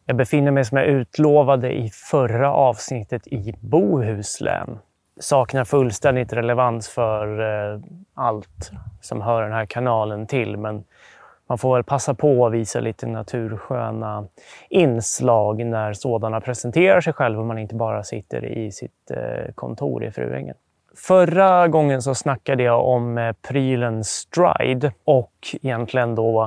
Jag befinner mig som jag utlovade i förra avsnittet i Bohuslän. Saknar fullständigt relevans för allt som hör den här kanalen till, men man får väl passa på att visa lite natursköna inslag när sådana presenterar sig själv och man inte bara sitter i sitt kontor i Fruängen. Förra gången så snackade jag om prylen Stride och egentligen då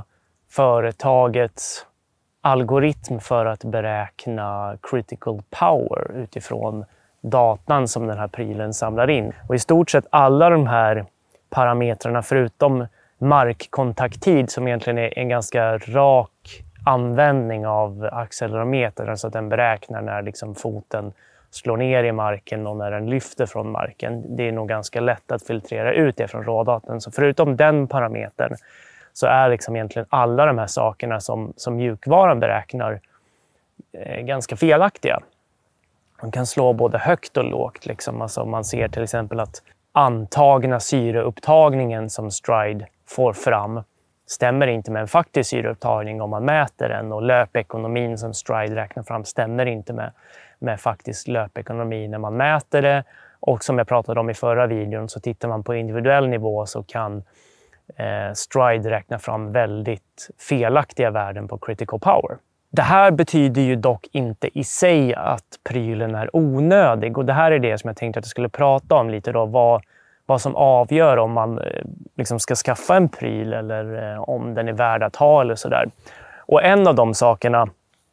företagets algoritm för att beräkna critical power utifrån datan som den här prylen samlar in. Och i stort sett alla de här parametrarna förutom markkontakttid som egentligen är en ganska rak användning av accelerometern, alltså att den beräknar när liksom foten slår ner i marken och när den lyfter från marken. Det är nog ganska lätt att filtrera ut det från rådatan. Så förutom den parametern så är liksom egentligen alla de här sakerna som mjukvaran beräknar ganska felaktiga. Man kan slå både högt och lågt. Liksom. Alltså man ser till exempel att antagna syreupptagningen som Stride får fram stämmer inte med en faktisk syreupptagning om man mäter den, och löpekonomin som Stride räknar fram stämmer inte med faktisk löpekonomi när man mäter det. Och som jag pratade om i förra videon, så tittar man på individuell nivå så kan Stride räkna fram väldigt felaktiga värden på critical power. Det här betyder ju dock inte i sig att prylen är onödig, och det här är det som jag tänkte att jag skulle prata om lite då, vad som avgör om man liksom ska skaffa en pryl eller om den är värd att ha eller sådär. Och en av de sakerna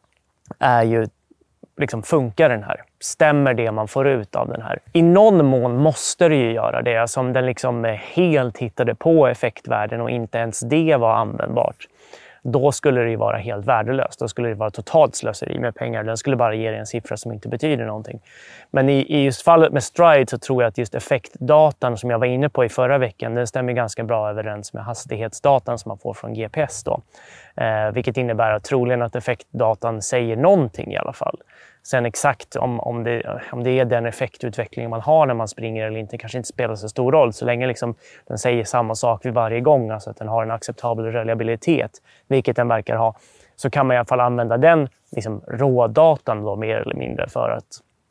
är ju liksom, funkar den här? Stämmer det man får ut av den här? I någon mån måste det ju göra det. Alltså om den liksom helt hittade på effektvärden och inte ens det var användbart, då skulle det ju vara helt värdelöst. Då skulle det vara totalt slöseri med pengar. Den skulle bara ge dig en siffra som inte betyder någonting. Men i just fallet med Stride så tror jag att just effektdatan som jag var inne på i förra veckan, den stämmer ganska bra överens med hastighetsdatan som man får från GPS då. Vilket innebär att troligen att effektdatan säger någonting i alla fall. Sen exakt om det är den effektutveckling man har när man springer eller inte kanske inte spelar så stor roll. Så länge liksom den säger samma sak vid varje gång, alltså att den har en acceptabel reliabilitet, vilket den verkar ha, så kan man i alla fall använda den liksom, rådatan då, mer eller mindre för att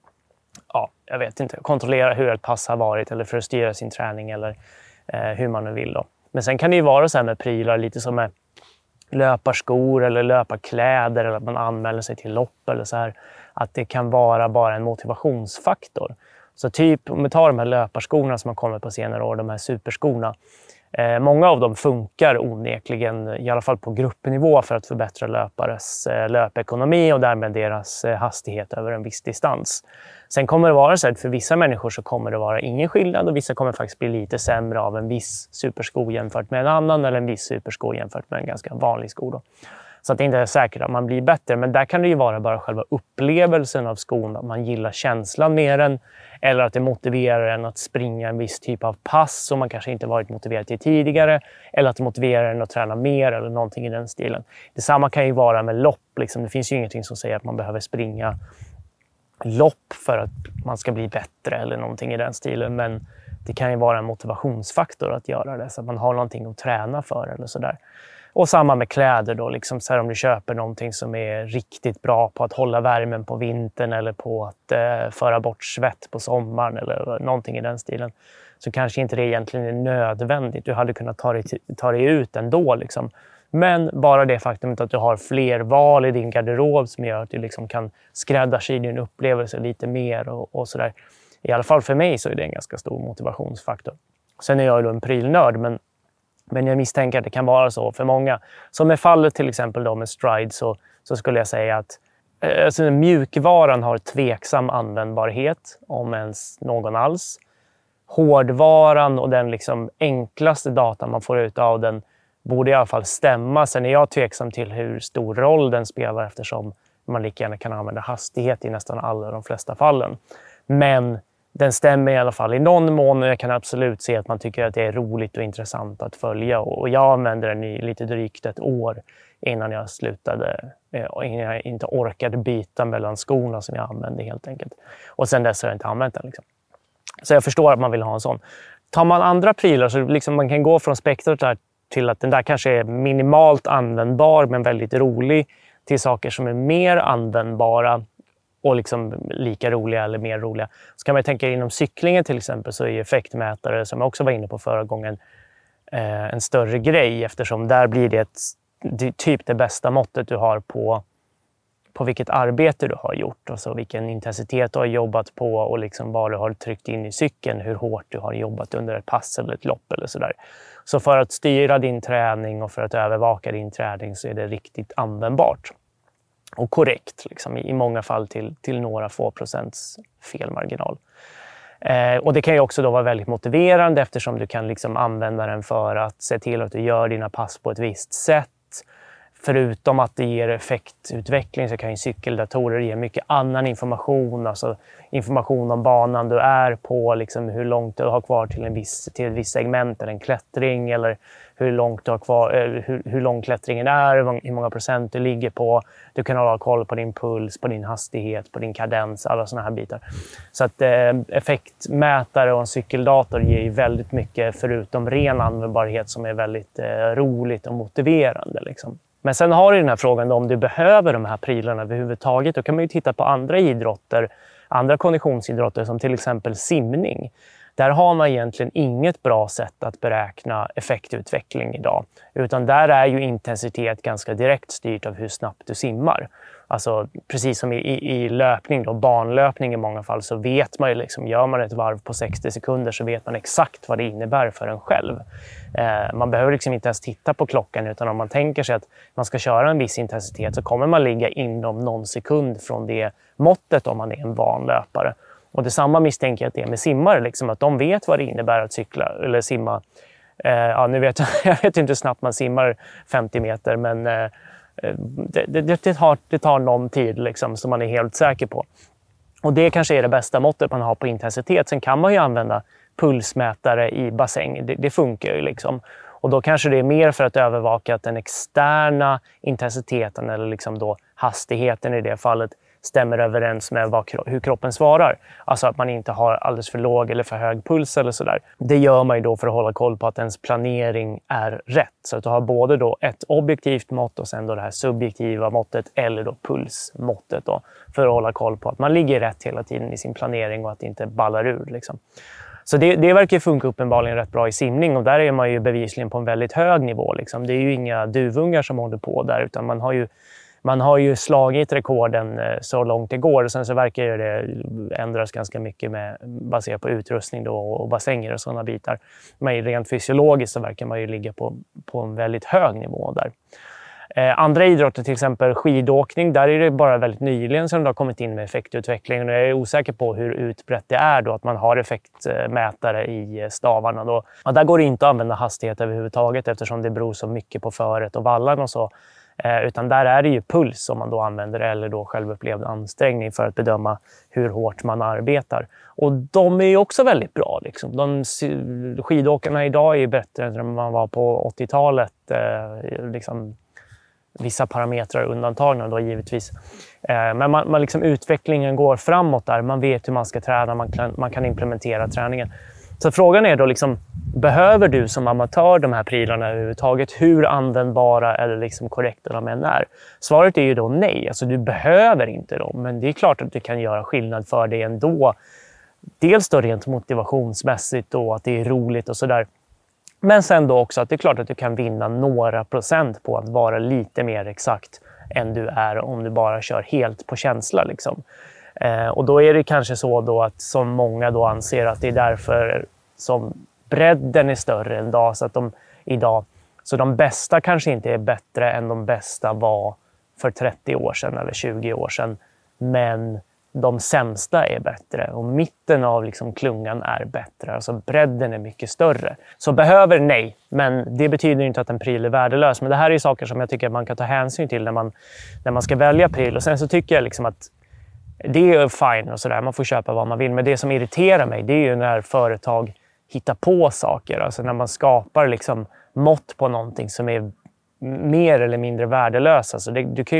jag vet inte, kontrollera hur ett pass har varit eller för att styra sin träning eller hur man nu vill då. Men sen kan det ju vara så här med prylar lite som med löparskor eller löparkläder eller att man anmäler sig till lopp eller så här, att det kan vara bara en motivationsfaktor. Så typ om vi tar de här löparskorna som har kommit på senare år, de här superskorna. Många av dem funkar onekligen, i alla fall på gruppnivå, för att förbättra löpares löpekonomi och därmed deras hastighet över en viss distans. Sen kommer det vara så att för vissa människor så kommer det vara ingen skillnad och vissa kommer faktiskt bli lite sämre av en viss supersko jämfört med en annan eller en viss supersko jämfört med en ganska vanlig sko då. Så att det inte är säkert att man blir bättre, men där kan det ju vara bara själva upplevelsen av skon, att man gillar känslan med den eller att det motiverar en att springa en viss typ av pass som man kanske inte varit motiverad till tidigare, eller att det motiverar en att träna mer eller någonting i den stilen. Detsamma kan ju vara med lopp. Liksom. Det finns ju ingenting som säger att man behöver springa lopp för att man ska bli bättre eller någonting i den stilen, men det kan ju vara en motivationsfaktor att göra det så att man har någonting att träna för eller sådär. Och samma med kläder då, liksom så här, om du köper någonting som är riktigt bra på att hålla värmen på vintern eller på att föra bort svett på sommaren eller någonting i den stilen, så kanske inte det egentligen är nödvändigt. Du hade kunnat ta dig ut ändå liksom. Men bara det faktumet att du har fler val i din garderob som gör att du liksom kan skräddarsy din upplevelse lite mer och sådär. I alla fall för mig så är det en ganska stor motivationsfaktor. Sen är jag ju då en prylnörd, men jag misstänker att det kan vara så för många. Som i fallet till exempel då med Stride så skulle jag säga att alltså mjukvaran har tveksam användbarhet, om ens någon alls. Hårdvaran och den liksom enklaste datan man får ut av den borde i alla fall stämma. Sen är jag tveksam till hur stor roll den spelar, eftersom man lika gärna kan använda hastighet i nästan alla de flesta fallen. Men den stämmer i alla fall i någon mån, och jag kan absolut se att man tycker att det är roligt och intressant att följa. Och jag använde den i lite drygt ett år innan jag slutade, innan jag inte orkade byta mellan skorna som jag använde helt enkelt. Och sen dess har jag inte använt den liksom. Så jag förstår att man vill ha en sån. Tar man andra prylar så liksom man kan gå från spektrat där till att den där kanske är minimalt användbar men väldigt rolig. till saker som är mer användbara och liksom lika roliga eller mer roliga. Så kan man tänka inom cyklingen till exempel, så är effektmätare, som jag också var inne på förra gången, en större grej, eftersom där blir det typ det bästa måttet du har på vilket arbete du har gjort, alltså vilken intensitet du har jobbat på och liksom vad du har tryckt in i cykeln, hur hårt du har jobbat under ett pass eller ett lopp eller sådär. Så för att styra din träning och för att övervaka din träning så är det riktigt användbart och korrekt, liksom, i många fall till några få procents felmarginal. Och det kan ju också då vara väldigt motiverande, eftersom du kan liksom använda den för att se till att du gör dina pass på ett visst sätt. Förutom att det ger effektutveckling så kan ju cykeldatorer ge mycket annan information. Alltså information om banan du är på, liksom hur långt du har kvar till ett visst segment eller en klättring, eller hur långt du har kvar, hur lång klättringen är, hur många procent du ligger på. Du kan hålla koll på din puls, på din hastighet, på din kadens, alla sådana här bitar. Så att effektmätare och en cykeldator ger ju väldigt mycket, förutom ren användbarhet, som är väldigt roligt och motiverande liksom. Men sen har du den här frågan då, om du behöver de här prylarna överhuvudtaget. Då kan man ju titta på andra idrotter, andra konditionsidrotter, som till exempel simning. Där har man egentligen inget bra sätt att beräkna effektutveckling idag. Utan där är ju intensitet ganska direkt styrt av hur snabbt du simmar. Alltså precis som i löpning, då, banlöpning i många fall, så vet man ju liksom, gör man ett varv på 60 sekunder så vet man exakt vad det innebär för en själv. Man behöver liksom inte ens titta på klockan, utan om man tänker sig att man ska köra en viss intensitet så kommer man ligga inom någon sekund från det måttet om man är en banlöpare. Och detsamma misstänker jag att det är med simmare, liksom, att de vet vad det innebär att cykla eller simma. Nu vet jag vet inte hur snabbt man simmar 50 meter, men det tar någon tid liksom, som man är helt säker på. Och det kanske är det bästa måttet man har på intensitet. Sen kan man ju använda pulsmätare i bassäng. Det funkar ju liksom. Och då kanske det är mer för att övervaka att den externa intensiteten, eller liksom då hastigheten i det fallet, stämmer överens med hur kroppen svarar. Alltså att man inte har alldeles för låg eller för hög puls eller sådär. Det gör man ju då för att hålla koll på att ens planering är rätt. Så att du har både då ett objektivt mått och sen då det här subjektiva måttet, eller då pulsmåttet då, för att hålla koll på att man ligger rätt hela tiden i sin planering och att det inte ballar ur liksom. Så det verkar funka uppenbarligen rätt bra i simning, och där är man ju bevisligen på en väldigt hög nivå liksom. Det är ju inga duvungar som håller på där, utan man har ju slagit rekorden så långt det går, och sen så verkar det ändras ganska mycket baserat på utrustning då, och bassänger och sådana bitar. Men rent fysiologiskt så verkar man ju ligga på en väldigt hög nivå där. Andra idrotter, till exempel skidåkning, där är det bara väldigt nyligen som det har kommit in med effektutveckling. Och jag är osäker på hur utbrett det är då att man har effektmätare i stavarna. Då. Och där går det inte att använda hastighet överhuvudtaget, eftersom det beror så mycket på föret och vallan och så. Utan där är det ju puls som man då använder, eller då självupplevd ansträngning, för att bedöma hur hårt man arbetar. Och de är ju också väldigt bra. Liksom. Skidåkarna idag är ju bättre än man var på 80-talet. Liksom, vissa parametrar undantagna då givetvis. Men man liksom, utvecklingen går framåt där. Man vet hur man ska träna, man kan implementera träningen. Så frågan är då liksom, behöver du som amatör de här prylarna överhuvudtaget? Hur användbara eller liksom korrekta de än är? Svaret är ju då nej. Alltså du behöver inte dem, men det är klart att du kan göra skillnad för dig ändå. Dels då rent motivationsmässigt då, att det är roligt och sådär. Men sen då också att det är klart att du kan vinna några procent på att vara lite mer exakt än du är om du bara kör helt på känsla liksom. Och då är det kanske så då att som många då anser att det är därför som bredden är större än idag. Så de bästa kanske inte är bättre än de bästa var för 30 år sedan eller 20 år sedan. Men de sämsta är bättre och mitten av liksom klungan är bättre. Alltså bredden är mycket större. Så behöver nej, men det betyder inte att en pryl är värdelös. Men det här är saker som jag tycker att man kan ta hänsyn till när man ska välja pryl. Och sen så tycker jag liksom att det är fine och sådär, man får köpa vad man vill. Men det som irriterar mig, det är ju när företag hittar på saker. Alltså när man skapar liksom mått på någonting som är mer eller mindre värdelöst. Alltså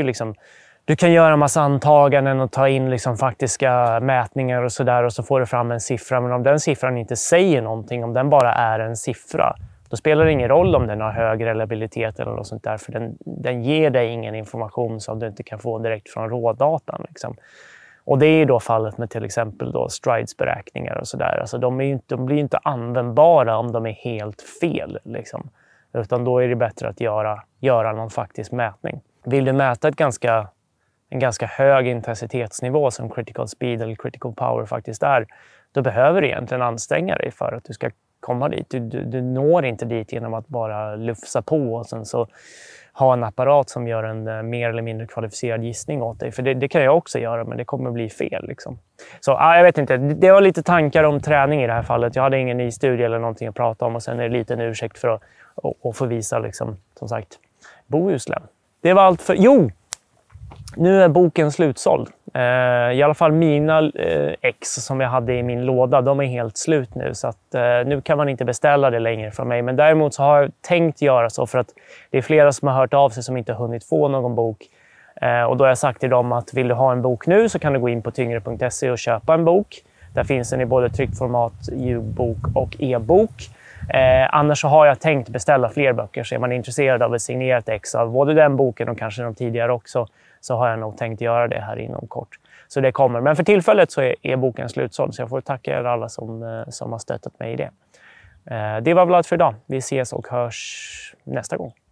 du kan göra en massa antaganden och ta in liksom faktiska mätningar och sådär, och så får du fram en siffra. Men om den siffran inte säger någonting, om den bara är en siffra, Då spelar det ingen roll om den har hög reliabilitet eller något sånt där, för den ger dig ingen information som du inte kan få direkt från rådatan. Liksom. Och det är ju då fallet med till exempel då strides-beräkningar och sådär. Alltså de blir inte användbara om de är helt fel. Liksom. Utan då är det bättre att göra någon faktisk mätning. Vill du mäta en ganska hög intensitetsnivå som critical speed eller critical power faktiskt är, då behöver du egentligen anstränga dig för att du ska komma dit. Du når inte dit genom att bara lufsa på och sen så ha en apparat som gör en mer eller mindre kvalificerad gissning åt dig. För det kan jag också göra, men det kommer bli fel. Liksom. Så jag vet inte, det var lite tankar om träning i det här fallet. Jag hade ingen ny studie eller någonting att prata om och sen är det lite en ursäkt för att få visa, liksom, som sagt, Bohuslän. Det var allt för... Jo! Nu är boken slutsåld. I alla fall mina ex som jag hade i min låda, de är helt slut nu. Så att, nu kan man inte beställa det längre från mig. Men däremot så har jag tänkt göra så för att det är flera som har hört av sig som inte har hunnit få någon bok. Och då har jag sagt till dem att vill du ha en bok nu så kan du gå in på tyngre.se och köpa en bok. Där finns den i både tryckformat, ljudbok och e-bok. Annars så har jag tänkt beställa fler böcker. Så är man intresserad av ett signerat ex av både den boken och kanske de tidigare också, så har jag nog tänkt göra det här inom kort. Så det kommer. Men för tillfället så är boken slutsåld. Så jag får tacka er alla som har stöttat mig i det. Det var väl allt för idag. Vi ses och hörs nästa gång.